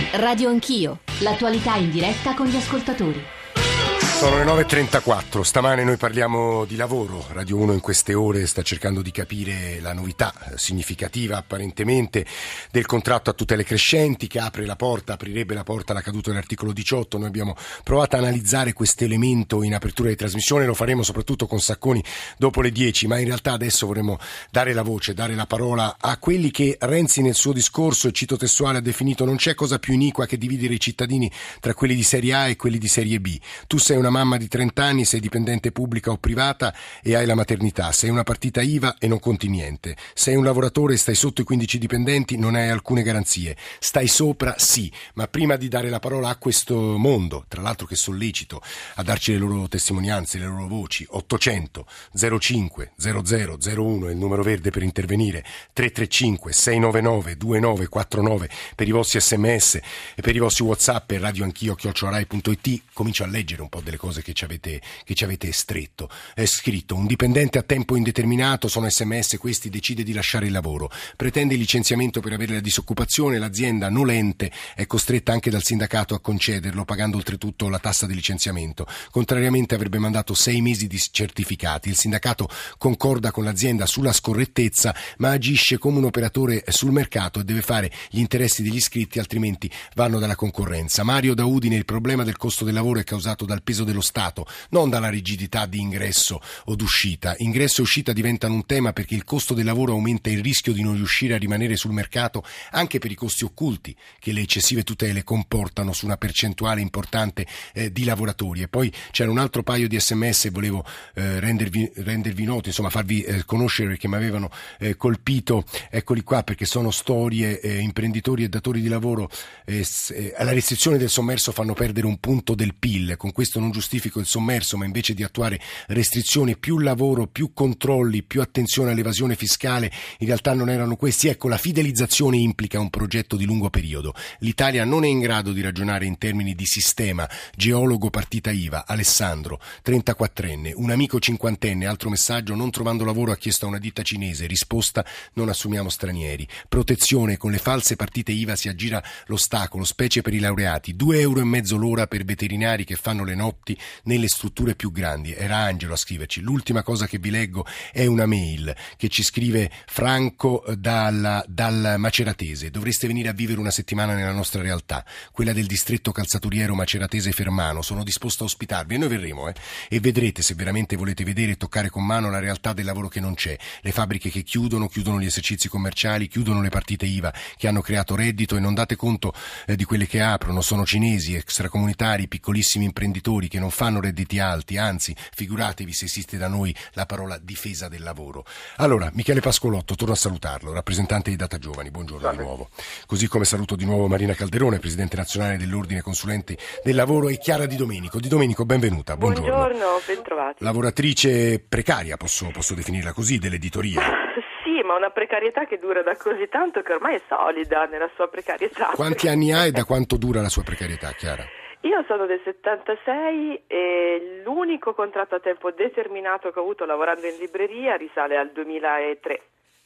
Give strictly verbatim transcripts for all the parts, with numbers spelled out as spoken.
Radio Anch'io, l'attualità in diretta con gli ascoltatori. Sono le nove e trentaquattro, stamane noi parliamo di lavoro. Radio uno in queste ore sta cercando di capire la novità significativa apparentemente del contratto a tutele crescenti che apre la porta, aprirebbe la porta alla caduta dell'articolo diciotto. Noi abbiamo provato a analizzare questo elemento in apertura di trasmissione, lo faremo soprattutto con Sacconi dopo le dieci, ma in realtà adesso vorremmo dare la voce, dare la parola a quelli che Renzi nel suo discorso, cito testuale, ha definito: non c'è cosa più iniqua che dividere i cittadini tra quelli di serie A e quelli di serie B. Tu sei una mamma di trenta anni, sei dipendente pubblica o privata e hai la maternità, sei una partita I V A e non conti niente, sei un lavoratore e stai sotto i quindici dipendenti, non hai alcune garanzie, stai sopra sì, ma prima di dare la parola a questo mondo, tra l'altro che sollecito a darci le loro testimonianze, le loro voci, ottocento zero cinque zero zero zero uno è il numero verde per intervenire, tre tre cinque sei nove nove due nove quattro nove per i vostri sms e per i vostri WhatsApp e radioanchio chiocciola rai punto it. Comincio a leggere un po' delle cose che ci avete, che ci avete stretto. È scritto: un dipendente a tempo indeterminato, sono sms questi, decide di lasciare il lavoro, pretende il licenziamento per avere la disoccupazione, l'azienda nolente è costretta anche dal sindacato a concederlo, pagando oltretutto la tassa di licenziamento. Contrariamente avrebbe mandato sei mesi di certificati. Il sindacato concorda con l'azienda sulla scorrettezza, ma agisce come un operatore sul mercato e deve fare gli interessi degli iscritti, altrimenti vanno dalla concorrenza. Mario da Udine: il problema del costo del lavoro è causato dal peso dello Stato, non dalla rigidità di ingresso o d'uscita. Ingresso e uscita diventano un tema perché il costo del lavoro aumenta il rischio di non riuscire a rimanere sul mercato, anche per i costi occulti che le eccessive tutele comportano su una percentuale importante eh, di lavoratori. E poi c'era un altro paio di sms e volevo eh, rendervi, rendervi noti, insomma farvi eh, conoscere, perché mi avevano eh, colpito. Eccoli qua, perché sono storie. eh, imprenditori e datori di lavoro eh, eh, alla restrizione del sommerso fanno perdere un punto del P I L. Con questo non giustifico il sommerso, ma invece di attuare restrizioni, più lavoro, più controlli, più attenzione all'evasione fiscale, in realtà non erano questi. Ecco, la fidelizzazione implica un progetto di lungo periodo. L'Italia non è in grado di ragionare in termini di sistema. Geologo partita I V A, Alessandro, trentaquattrenne, un amico cinquantenne, altro messaggio: non trovando lavoro ha chiesto a una ditta cinese, risposta: non assumiamo stranieri. Protezione: con le false partite I V A si aggira l'ostacolo, specie per i laureati, due euro e mezzo l'ora per veterinari che fanno le notti nelle strutture più grandi. Era Angelo a scriverci. L'ultima cosa che vi leggo è una mail che ci scrive Franco dal, dal Maceratese: dovreste venire a vivere una settimana nella nostra realtà, quella del distretto calzaturiero Maceratese Fermano, sono disposto a ospitarvi. E noi verremo eh, e vedrete se veramente volete vedere e toccare con mano la realtà del lavoro che non c'è, le fabbriche che chiudono, chiudono gli esercizi commerciali, chiudono le partite I V A che hanno creato reddito, e non date conto eh, di quelle che aprono. Sono cinesi, extracomunitari, piccolissimi imprenditori che non fanno redditi alti, anzi figuratevi se esiste da noi la parola difesa del lavoro. Allora, Michele Pascolotto, torno a salutarlo, rappresentante di Data Giovani, buongiorno Salve. Di nuovo. Così come saluto di nuovo Marina Calderone, presidente nazionale dell'Ordine Consulenti del Lavoro, e Chiara Di Domenico. Di Domenico, benvenuta, buongiorno. Buongiorno, bentrovati. Lavoratrice precaria, posso, posso definirla così, dell'editoria. Sì, ma una precarietà che dura da così tanto che ormai è solida nella sua precarietà. Quanti anni ha e da quanto dura la sua precarietà, Chiara? Io sono del settantasei e l'unico contratto a tempo determinato che ho avuto lavorando in libreria risale al duemilatré.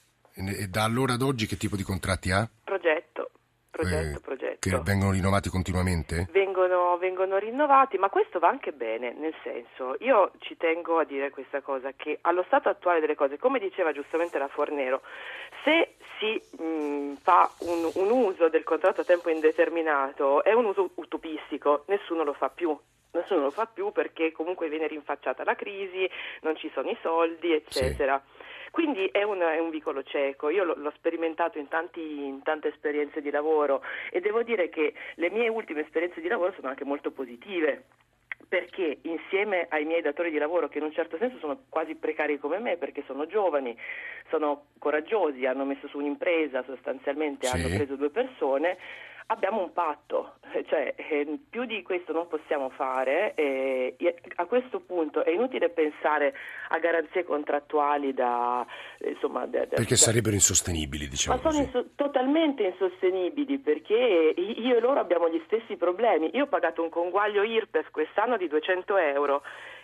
E da allora ad oggi che tipo di contratti ha? Progetto, progetto, eh, progetto. Che vengono rinnovati continuamente? Vengono, vengono rinnovati, ma questo va anche bene, nel senso, io ci tengo a dire questa cosa, che allo stato attuale delle cose, come diceva giustamente la Fornero, se si mh, fa un, un uso del contratto a tempo indeterminato è un uso utopistico, nessuno lo fa più. Nessuno lo fa più perché comunque viene rinfacciata la crisi, non ci sono i soldi, eccetera. Sì. Quindi è un, è un vicolo cieco. Io l'ho, l'ho sperimentato in, tanti, in tante esperienze di lavoro, e devo dire che le mie ultime esperienze di lavoro sono anche molto positive, perché insieme ai miei datori di lavoro, che in un certo senso sono quasi precari come me perché sono giovani, sono coraggiosi, hanno messo su un'impresa, sostanzialmente sì. Hanno preso due persone, abbiamo un patto, cioè eh, più di questo non possiamo fare. Eh, a questo punto è inutile pensare a garanzie contrattuali da insomma da, da, perché da, sarebbero insostenibili, diciamo. ma sono inso- totalmente insostenibili, perché io e loro abbiamo gli stessi problemi. Io ho pagato un conguaglio I R P E F quest'anno di duecento euro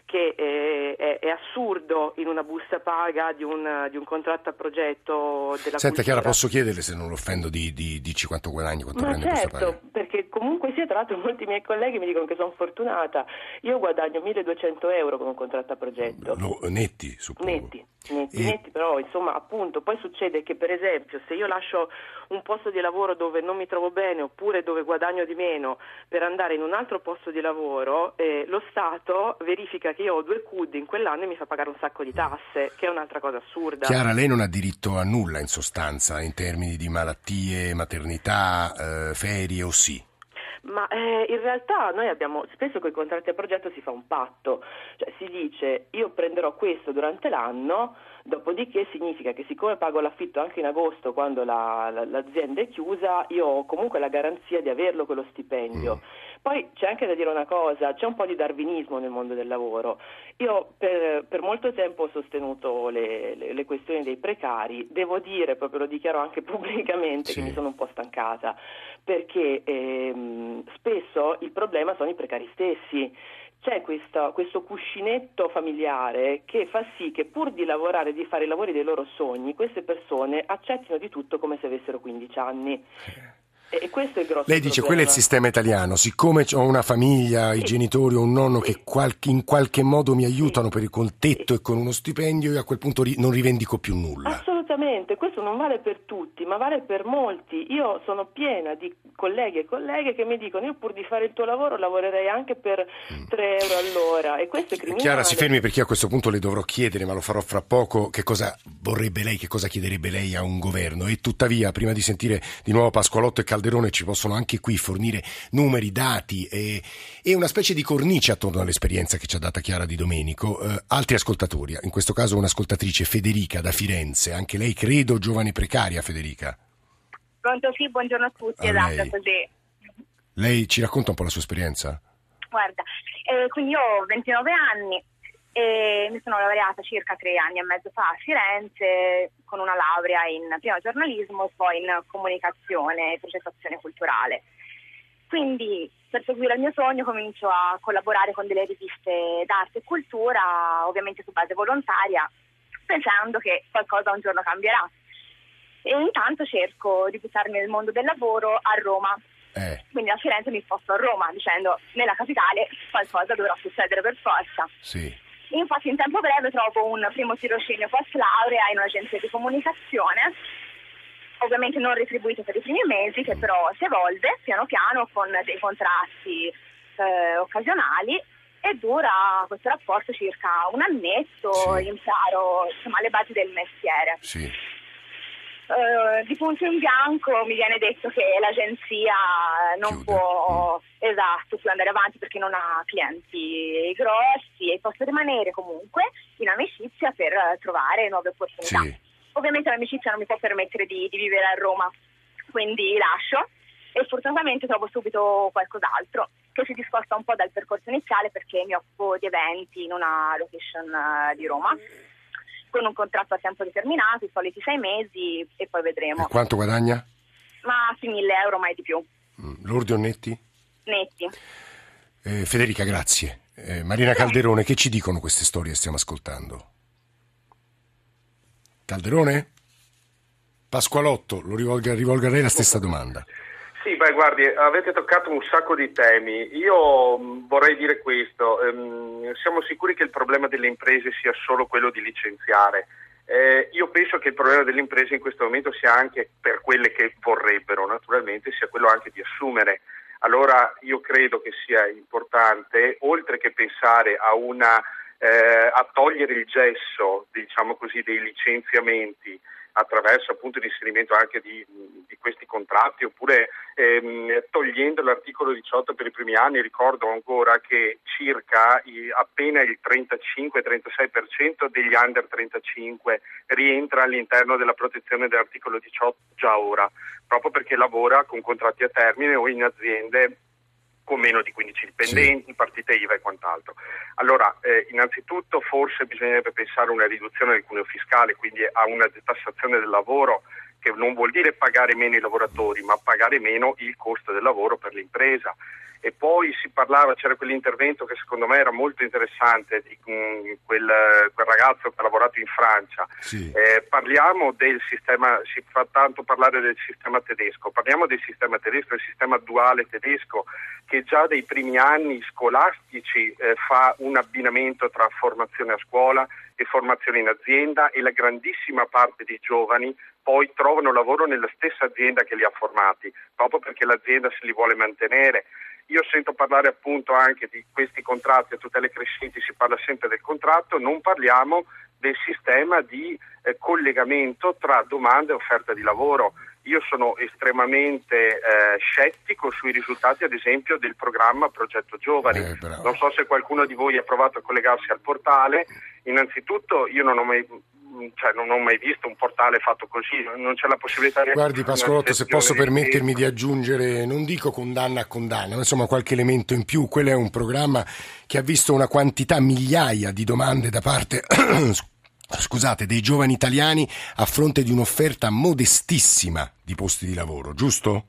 che è, è, è assurdo in una busta paga di un, di un contratto a progetto della Senta cultura. Chiara, posso chiederle, se non l'offendo, di, di dici quanto guadagni, quanto Ma prende certo, questa paga? perché comunque sia, tra l'altro molti miei colleghi mi dicono che sono fortunata. Io guadagno milleduecento euro con un contratto a progetto. No, netti, suppongo. Netti, netti, E... netti, però insomma appunto poi succede che per esempio se io lascio un posto di lavoro dove non mi trovo bene oppure dove guadagno di meno per andare in un altro posto di lavoro, eh, lo Stato verifica che io ho due C U D in quell'anno e mi fa pagare un sacco di tasse, che è un'altra cosa assurda. Chiara, lei non ha diritto a nulla in sostanza in termini di malattie, maternità, eh, ferie o sì? Ma eh, in realtà noi abbiamo, spesso con i contratti a progetto si fa un patto, cioè si dice io prenderò questo durante l'anno, dopodiché significa che siccome pago l'affitto anche in agosto quando la, la, l'azienda è chiusa, io ho comunque la garanzia di averlo quello stipendio. Mm. Poi c'è anche da dire una cosa, c'è un po' di darwinismo nel mondo del lavoro. Io per, per molto tempo ho sostenuto le, le, le questioni dei precari, devo dire, proprio lo dichiaro anche pubblicamente, sì, che mi sono un po' stancata, perché ehm, spesso il problema sono i precari stessi. C'è questa, questo cuscinetto familiare che fa sì che pur di lavorare, di fare i lavori dei loro sogni, queste persone accettino di tutto come se avessero quindici anni. E questo è il grosso Lei dice problema. Quello è il sistema italiano, siccome ho una famiglia, sì, i genitori o un nonno, sì, che qualche, in qualche modo mi aiutano, sì, per col tetto, sì, e con uno stipendio, io a quel punto ri, non rivendico più nulla. Assolutamente, questo non vale per tutti, ma vale per molti. Io sono piena di colleghi e colleghe che mi dicono io pur di fare il tuo lavoro lavorerei anche per mm. tre euro all'ora, e questo è criminale. Chiara, si fermi, perché a questo punto le dovrò chiedere, ma lo farò fra poco, che cosa vorrebbe lei, che cosa chiederebbe lei a un governo. E tuttavia, prima di sentire di nuovo Pasqualotto e Calderone, ci possono anche qui fornire numeri, dati e, e una specie di cornice attorno all'esperienza che ci ha data Chiara Di Domenico. Eh, altri ascoltatori, in questo caso un'ascoltatrice, Federica da Firenze, anche lei credo giovane precaria. Federica. Pronto, sì, buongiorno a tutti, a esatto, lei. Così. Lei ci racconta un po' la sua esperienza? Guarda, eh, quindi io ho ventinove anni e mi sono laureata circa tre anni e mezzo fa a Firenze con una laurea in prima giornalismo e poi in comunicazione e progettazione culturale. Quindi per seguire il mio sogno comincio a collaborare con delle riviste d'arte e cultura, ovviamente su base volontaria, pensando che qualcosa un giorno cambierà. E intanto cerco di buttarmi nel mondo del lavoro a Roma. Eh. Quindi a Firenze mi sposto a Roma, dicendo nella capitale qualcosa dovrà succedere per forza. Sì. Infatti in tempo breve trovo un primo tirocinio post laurea in un'agenzia di comunicazione, ovviamente non retribuito per i primi mesi, che però si evolve piano piano con dei contratti eh, occasionali, e dura questo rapporto circa un annetto, sì, imparo insomma le basi del mestiere. Sì. Uh, di punto in bianco mi viene detto che l'agenzia non Chiude. può mm. esatto più andare avanti perché non ha clienti grossi, e posso rimanere comunque in amicizia per uh, trovare nuove opportunità. Sì. Ovviamente l'amicizia non mi può permettere di, di vivere a Roma, quindi lascio e fortunatamente trovo subito qualcos'altro che si discosta un po' dal percorso iniziale, perché mi occupo di eventi in una location uh, di Roma, con un contratto a tempo determinato, i soliti sei mesi, e poi vedremo. E quanto guadagna? Ma sui mille euro, mai di più. Mm, lordi o netti? Netti. Eh, Federica, grazie. Eh, Marina Calderone, che ci dicono queste storie che stiamo ascoltando? Calderone? Pasqualotto, lo rivolga, rivolga a lei la stessa domanda. Sì, beh, guardi, avete toccato un sacco di temi. Io mh, vorrei dire questo, ehm, siamo sicuri che il problema delle imprese sia solo quello di licenziare. Eh, io penso che il problema delle imprese in questo momento sia anche, per quelle che vorrebbero naturalmente, sia quello anche di assumere. Allora io credo che sia importante, oltre che pensare a una eh, a togliere il gesso, diciamo così, dei licenziamenti attraverso appunto l'inserimento anche di, di questi contratti, oppure ehm, togliendo l'articolo diciotto per i primi anni. Ricordo ancora che circa i, appena il trentacinque trentasei per cento degli under trentacinque rientra all'interno della protezione dell'articolo diciotto già ora, proprio perché lavora con contratti a termine o in aziende con meno di quindici dipendenti, sì, partite I V A e quant'altro. Allora, eh, innanzitutto forse bisognerebbe pensare a una riduzione del cuneo fiscale, quindi a una detassazione del lavoro, che non vuol dire pagare meno i lavoratori, ma pagare meno il costo del lavoro per l'impresa. E poi si parlava, c'era quell'intervento che secondo me era molto interessante di um, quel, quel ragazzo che ha lavorato in Francia. Sì. Eh, parliamo del sistema, si fa tanto parlare del sistema tedesco, parliamo del sistema tedesco, del sistema duale tedesco, che già dai primi anni scolastici eh, fa un abbinamento tra formazione a scuola e formazione in azienda, e la grandissima parte dei giovani poi trovano lavoro nella stessa azienda che li ha formati, proprio perché l'azienda se li vuole mantenere. Io sento parlare appunto anche di questi contratti a tutele crescenti, si parla sempre del contratto, non parliamo del sistema di eh, collegamento tra domanda e offerta di lavoro. Io sono estremamente eh, scettico sui risultati, ad esempio, del programma Progetto Giovani. Eh, non so se qualcuno di voi ha provato a collegarsi al portale. Innanzitutto io non ho mai, cioè, non ho mai visto un portale fatto così, non c'è la possibilità di... Guardi Pascolotto, se posso permettermi di aggiungere, non dico condanna a condanna, ma insomma qualche elemento in più. Quello è un programma che ha visto una quantità, migliaia di domande da parte... Scusate, dei giovani italiani a fronte di un'offerta modestissima di posti di lavoro, giusto?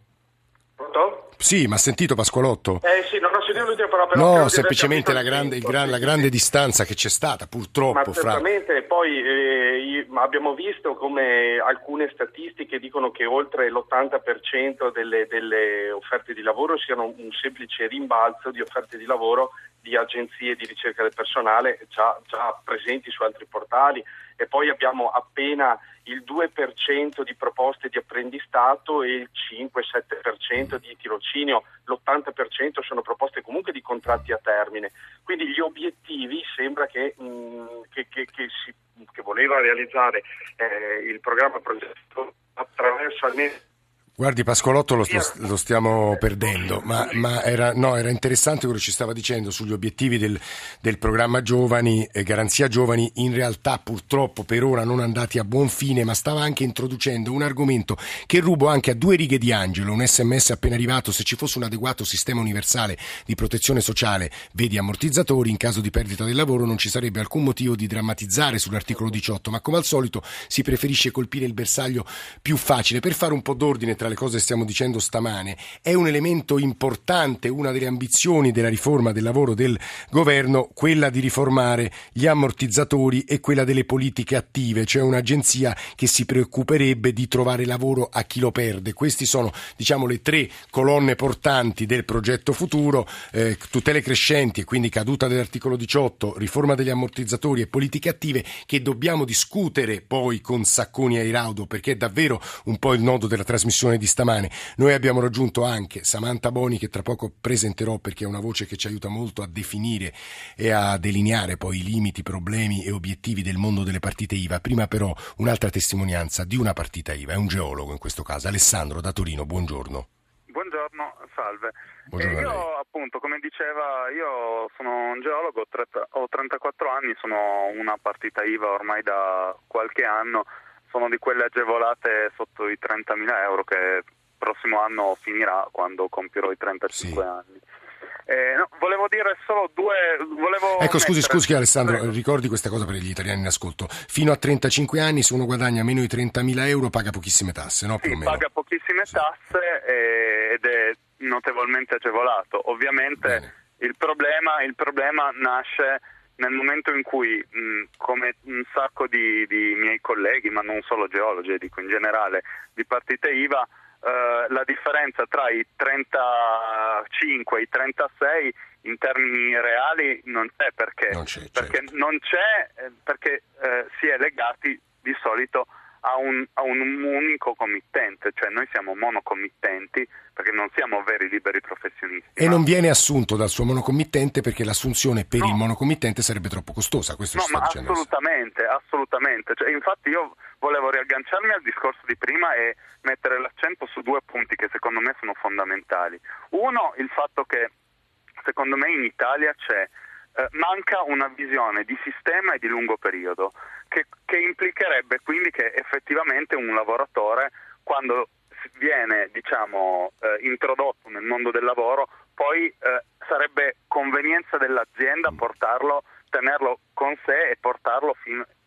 Pronto? Sì, ma ha sentito Pascolotto? Eh sì, non ho sentito l'ultima parola, però... No, semplicemente la grande, il gran, la grande distanza che c'è stata, purtroppo. Ma certamente, fra... poi eh, abbiamo visto come alcune statistiche dicono che oltre l'ottanta per cento delle, delle offerte di lavoro siano un semplice rimbalzo di offerte di lavoro di agenzie di ricerca del personale già, già presenti su altri portali, e poi abbiamo appena il due per cento di proposte di apprendistato e il cinque sette per cento di tirocinio, l'ottanta per cento sono proposte comunque di contratti a termine. Quindi gli obiettivi sembra che, mh, che, che, che, si, che voleva realizzare eh, il programma Progetto attraverso almeno... Guardi Pascolotto, lo, lo stiamo perdendo, ma, ma era, no, era interessante quello che ci stava dicendo sugli obiettivi del, del programma Giovani, eh, Garanzia Giovani, in realtà purtroppo per ora non andati a buon fine, ma stava anche introducendo un argomento che rubo anche a due righe di Angelo, un sms appena arrivato: se ci fosse un adeguato sistema universale di protezione sociale, vedi ammortizzatori, in caso di perdita del lavoro non ci sarebbe alcun motivo di drammatizzare sull'articolo diciotto, ma come al solito si preferisce colpire il bersaglio più facile. Per fare un po' d'ordine tra le cose che stiamo dicendo stamane, è un elemento importante, una delle ambizioni della riforma del lavoro del governo, quella di riformare gli ammortizzatori e quella delle politiche attive, cioè un'agenzia che si preoccuperebbe di trovare lavoro a chi lo perde. Questi sono, diciamo, le tre colonne portanti del progetto futuro: eh, tutele crescenti e quindi caduta dell'articolo diciotto, riforma degli ammortizzatori e politiche attive, che dobbiamo discutere poi con Sacconi e Airaudo, perché è davvero un po' il nodo della trasmissione di stamane. Noi abbiamo raggiunto anche Samantha Boni, che tra poco presenterò perché è una voce che ci aiuta molto a definire e a delineare poi i limiti, problemi e obiettivi del mondo delle partite I V A. Prima però un'altra testimonianza di una partita I V A, è un geologo in questo caso, Alessandro da Torino. Buongiorno. Buongiorno, salve. Buongiorno e io a lei. appunto, come diceva, io sono un geologo, ho trentaquattro anni, sono una partita I V A ormai da qualche anno. Sono di quelle agevolate sotto i trentamila euro che prossimo anno finirà quando compierò i trentacinque sì. anni. Eh, no, volevo dire solo due... Volevo ecco, scusi, mettere... scusi Alessandro, Prego. ricordi questa cosa per gli italiani in ascolto. Fino a trentacinque anni, se uno guadagna meno di trentamila euro, paga pochissime tasse, no? Più Sì, o meno. paga pochissime sì. tasse eh, ed è notevolmente agevolato. Ovviamente Bene. il problema, il problema nasce nel momento in cui, mh, come un sacco di, di miei colleghi, ma non solo geologi, dico in generale, di partite I V A, eh, la differenza tra i trentacinque e i trentasei in termini reali non c'è, perché Non c'è, perché certo. non c'è eh, perché eh, si è legati di solito a un, a un unico committente, cioè noi siamo monocommittenti perché non siamo veri liberi professionisti. E ma... non viene assunto dal suo monocommittente perché l'assunzione per No. il monocommittente sarebbe troppo costosa. Questo No, ci sta ma dicendo. assolutamente, assolutamente. Cioè, infatti io volevo riagganciarmi al discorso di prima e mettere l'accento su due punti che secondo me sono fondamentali. Uno, il fatto che secondo me in Italia c'è eh, manca una visione di sistema e di lungo periodo che, che implicherebbe quindi che effettivamente un lavoratore, quando viene diciamo eh, introdotto nel mondo del lavoro, poi eh, sarebbe convenienza dell'azienda portarlo, tenerlo con sé e portarlo fino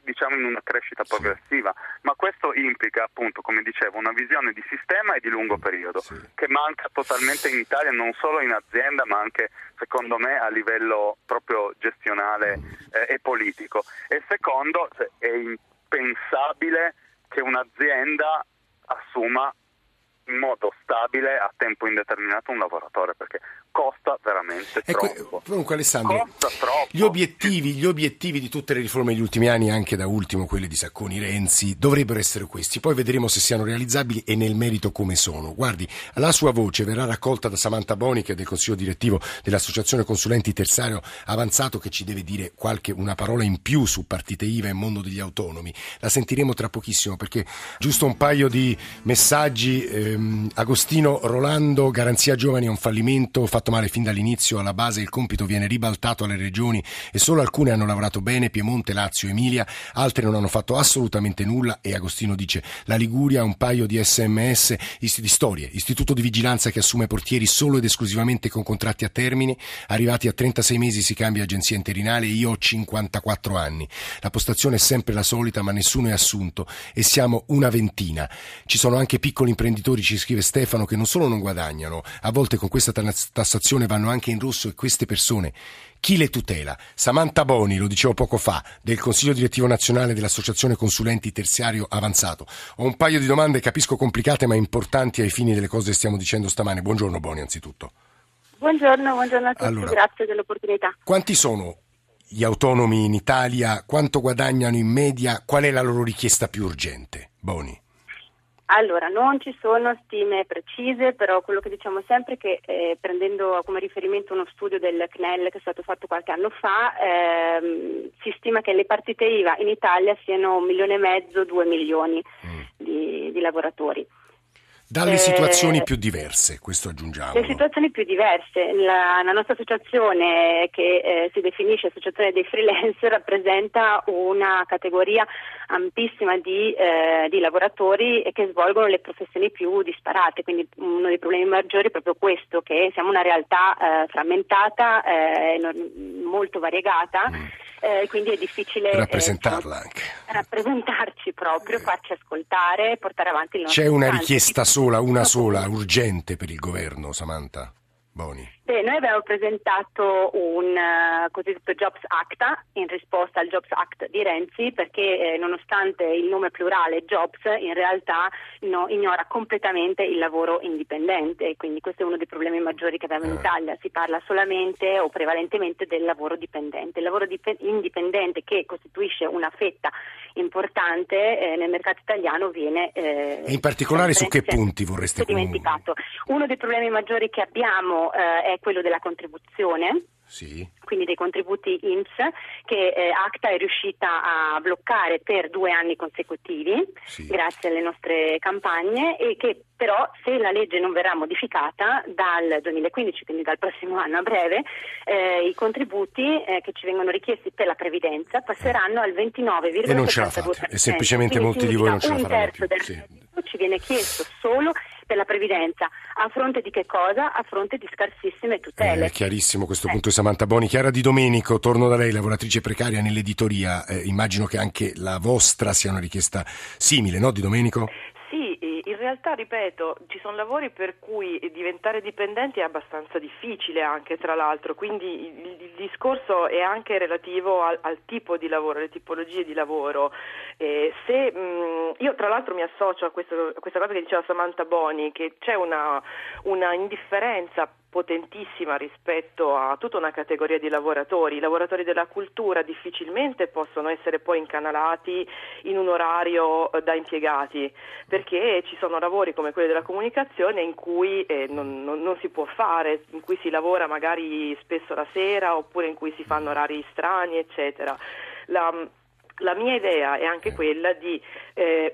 diciamo in una crescita progressiva, ma questo implica appunto, come dicevo, una visione di sistema e di lungo periodo sì. che manca totalmente in Italia, non solo in azienda ma anche secondo me a livello proprio gestionale eh, e politico. E secondo, è impensabile che un'azienda assuma in modo stabile a tempo indeterminato un lavoratore, perché costa veramente ecco, troppo. Comunque Alessandro, costa troppo. Gli obiettivi, gli obiettivi di tutte le riforme degli ultimi anni, anche da ultimo quelli di Sacconi Renzi, dovrebbero essere questi, poi vedremo se siano realizzabili e nel merito come sono. Guardi, la sua voce verrà raccolta da Samantha Boni, che è del consiglio direttivo dell'Associazione Consulenti Terziario Avanzato, che ci deve dire qualche una parola in più su partite I V A e mondo degli autonomi. La sentiremo tra pochissimo, perché giusto un paio di messaggi. ehm, Agostino Rolando, Garanzia Giovani è un fallimento fatto male fin dall'inizio, alla base il compito viene ribaltato alle regioni e solo alcune hanno lavorato bene, Piemonte, Lazio, Emilia, altre non hanno fatto assolutamente nulla. E Agostino dice: la Liguria, un paio di sms di storie, istituto di vigilanza che assume portieri solo ed esclusivamente con contratti a termine, arrivati a trentasei mesi si cambia agenzia interinale, io ho cinquantaquattro anni, la postazione è sempre la solita ma nessuno è assunto e siamo una ventina. Ci sono anche piccoli imprenditori, ci scrive Stefano, che non solo non guadagnano, a volte con questa tassazione vanno anche in rosso, e queste persone chi le tutela? Samantha Boni, lo dicevo poco fa, del Consiglio Direttivo Nazionale dell'Associazione Consulenti Terziario Avanzato. Ho un paio di domande, capisco complicate ma importanti ai fini delle cose che stiamo dicendo stamane. Buongiorno Boni, anzitutto. Buongiorno, buongiorno a tutti, allora, grazie dell'opportunità. Quanti sono gli autonomi in Italia? Quanto guadagnano in media? Qual è la loro richiesta più urgente? Boni. Allora, non ci sono stime precise, però quello che diciamo sempre è che eh, prendendo come riferimento uno studio del C N E L che è stato fatto qualche anno fa, ehm, si stima che le partite I V A in Italia siano un milione e mezzo, due milioni mm. di, di lavoratori. Dalle eh, situazioni più diverse, questo aggiungiamo. Le situazioni più diverse. La, la nostra associazione, che eh, si definisce Associazione dei Freelance, rappresenta una categoria ampissima di, eh, di lavoratori e che svolgono le professioni più disparate, quindi uno dei problemi maggiori è proprio questo, che siamo una realtà eh, frammentata, eh, molto variegata. Mm. Eh, quindi è difficile rappresentarla eh, anche. rappresentarci proprio, farci ascoltare, portare avanti il nostro. C'è una richiesta sola, una sola, urgente per il governo, Samantha Boni? Beh, noi abbiamo presentato un uh, cosiddetto Jobs Act in risposta al Jobs Act di Renzi, perché eh, nonostante il nome plurale Jobs in realtà no, ignora completamente il lavoro indipendente, e quindi questo è uno dei problemi maggiori che abbiamo in Italia. Si parla solamente o prevalentemente del lavoro dipendente. Il lavoro dip- indipendente, che costituisce una fetta importante eh, nel mercato italiano, viene eh, e in particolare su che punti vorreste dimenticato. Uno dei problemi maggiori che abbiamo eh, è quello della contribuzione, sì. quindi dei contributi I N P S, che eh, ACTA è riuscita a bloccare per due anni consecutivi, sì. grazie alle nostre campagne, e che però, se la legge non verrà modificata dal duemilaquindici, quindi dal prossimo anno a breve, eh, i contributi eh, che ci vengono richiesti per la previdenza passeranno al ventinove virgola settantadue per cento. E non ce la fate, e semplicemente quindi molti di voi non ce la faranno più. Un terzo del reddito ci viene chiesto solo per la previdenza. A fronte di che cosa? A fronte di scarsissime tutele. È chiarissimo questo eh. punto di Samantha Boni. Chiara Di Domenico, torno da lei, lavoratrice precaria nell'editoria. Eh, immagino che anche la vostra sia una richiesta simile, no Di Domenico? Sì, in realtà, ripeto, ci sono lavori per cui diventare dipendenti è abbastanza difficile anche, tra l'altro, quindi il, il discorso è anche relativo al, al tipo di lavoro, alle tipologie di lavoro. Eh, se mh, io tra l'altro mi associo a, questo, a questa cosa che diceva Samantha Boni, che c'è una, una indifferenza potentissima rispetto a tutta una categoria di lavoratori. I lavoratori della cultura difficilmente possono essere poi incanalati in un orario da impiegati, perché ci sono lavori come quelli della comunicazione in cui eh, non, non, non si può fare, in cui si lavora magari spesso la sera, oppure in cui si fanno orari strani, eccetera. La, la mia idea è anche quella di eh,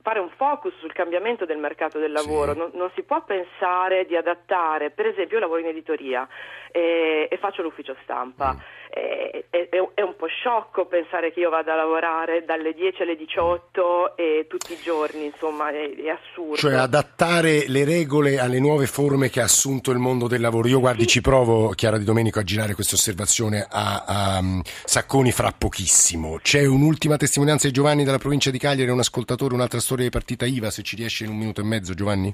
fare un focus sul cambiamento del mercato del lavoro. Sì. Non, non si può pensare di adattare, per esempio io lavoro in editoria e, e faccio l'ufficio stampa. Mm. È, è, è un po' sciocco pensare che io vada a lavorare dalle dieci alle diciotto e tutti i giorni, insomma, è, è assurdo. Cioè adattare le regole alle nuove forme che ha assunto il mondo del lavoro. Io guardi, sì. ci provo, Chiara Di Domenico, a girare questa osservazione a, a um, Sacconi fra pochissimo. C'è un'ultima testimonianza di Giovanni dalla provincia di Cagliari, un ascoltatore, un'altra storia di partita I V A, se ci riesce in un minuto e mezzo, Giovanni?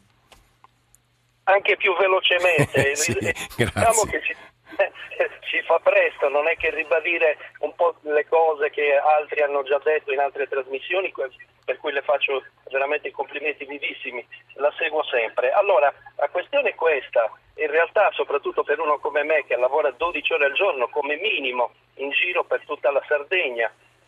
Anche più velocemente. sì, diciamo che ci... si fa presto, non è che ribadire un po' le cose che altri hanno già detto in altre trasmissioni, per cui le faccio veramente complimenti vivissimi, la seguo sempre. Allora, la questione è questa, in realtà soprattutto per uno come me che lavora dodici ore al giorno come minimo in giro per tutta la Sardegna,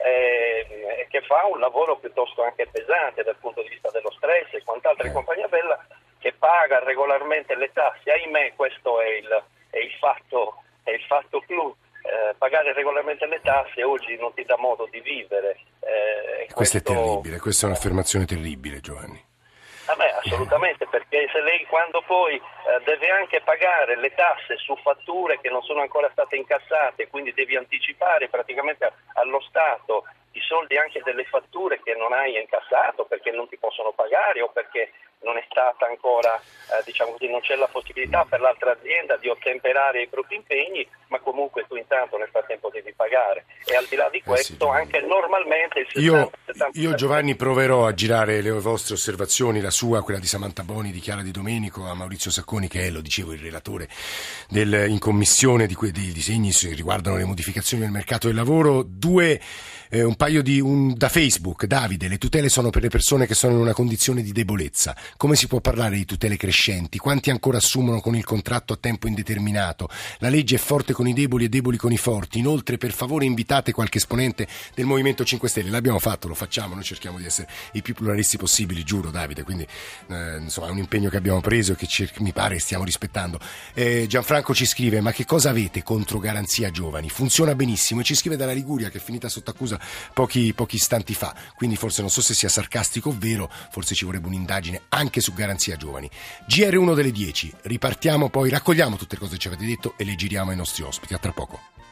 eh, che fa un lavoro piuttosto anche pesante dal punto di vista dello stress e quant'altro in compagnia bella, che paga regolarmente le tasse, ahimè questo è il è il fatto, è il fatto clou. Eh, pagare regolarmente le tasse oggi non ti dà modo di vivere. Eh, questo, questo è terribile, questa è eh. un'affermazione terribile, Giovanni. Ah beh, assolutamente, perché se lei quando poi eh, deve anche pagare le tasse su fatture che non sono ancora state incassate, quindi devi anticipare praticamente allo Stato i soldi anche delle fatture che non hai incassato perché non ti possono pagare o perché non è stata ancora, eh, diciamo così, non c'è la possibilità per l'altra azienda di ottemperare i propri impegni, ma comunque tu intanto nel frattempo devi pagare. E al di là di questo, eh sì, anche normalmente il io, io Giovanni proverò a girare le vostre osservazioni, la sua, quella di Samantha Boni, di Chiara Di Domenico, a Maurizio Sacconi, che è, lo dicevo, il relatore del, in commissione di quei dei disegni che riguardano le modificazioni del mercato del lavoro. Due Eh, un paio di un, da Facebook. Davide, le tutele sono per le persone che sono in una condizione di debolezza. Come si può parlare di tutele crescenti? Quanti ancora assumono con il contratto a tempo indeterminato? La legge è forte con i deboli e deboli con i forti. Inoltre, per favore, invitate qualche esponente del Movimento cinque Stelle. L'abbiamo fatto, lo facciamo, noi cerchiamo di essere i più pluralisti possibili, giuro, Davide, quindi eh, insomma è un impegno che abbiamo preso e che ci, mi pare stiamo rispettando. eh, Gianfranco ci scrive: ma che cosa avete contro Garanzia Giovani? Funziona benissimo. E ci scrive dalla Liguria, che è finita sotto accusa pochi, pochi istanti fa, quindi forse non so se sia sarcastico o vero, forse ci vorrebbe un'indagine anche su Garanzia Giovani. G R uno delle dieci, ripartiamo, poi raccogliamo tutte le cose che ci avete detto e le giriamo ai nostri ospiti. A tra poco.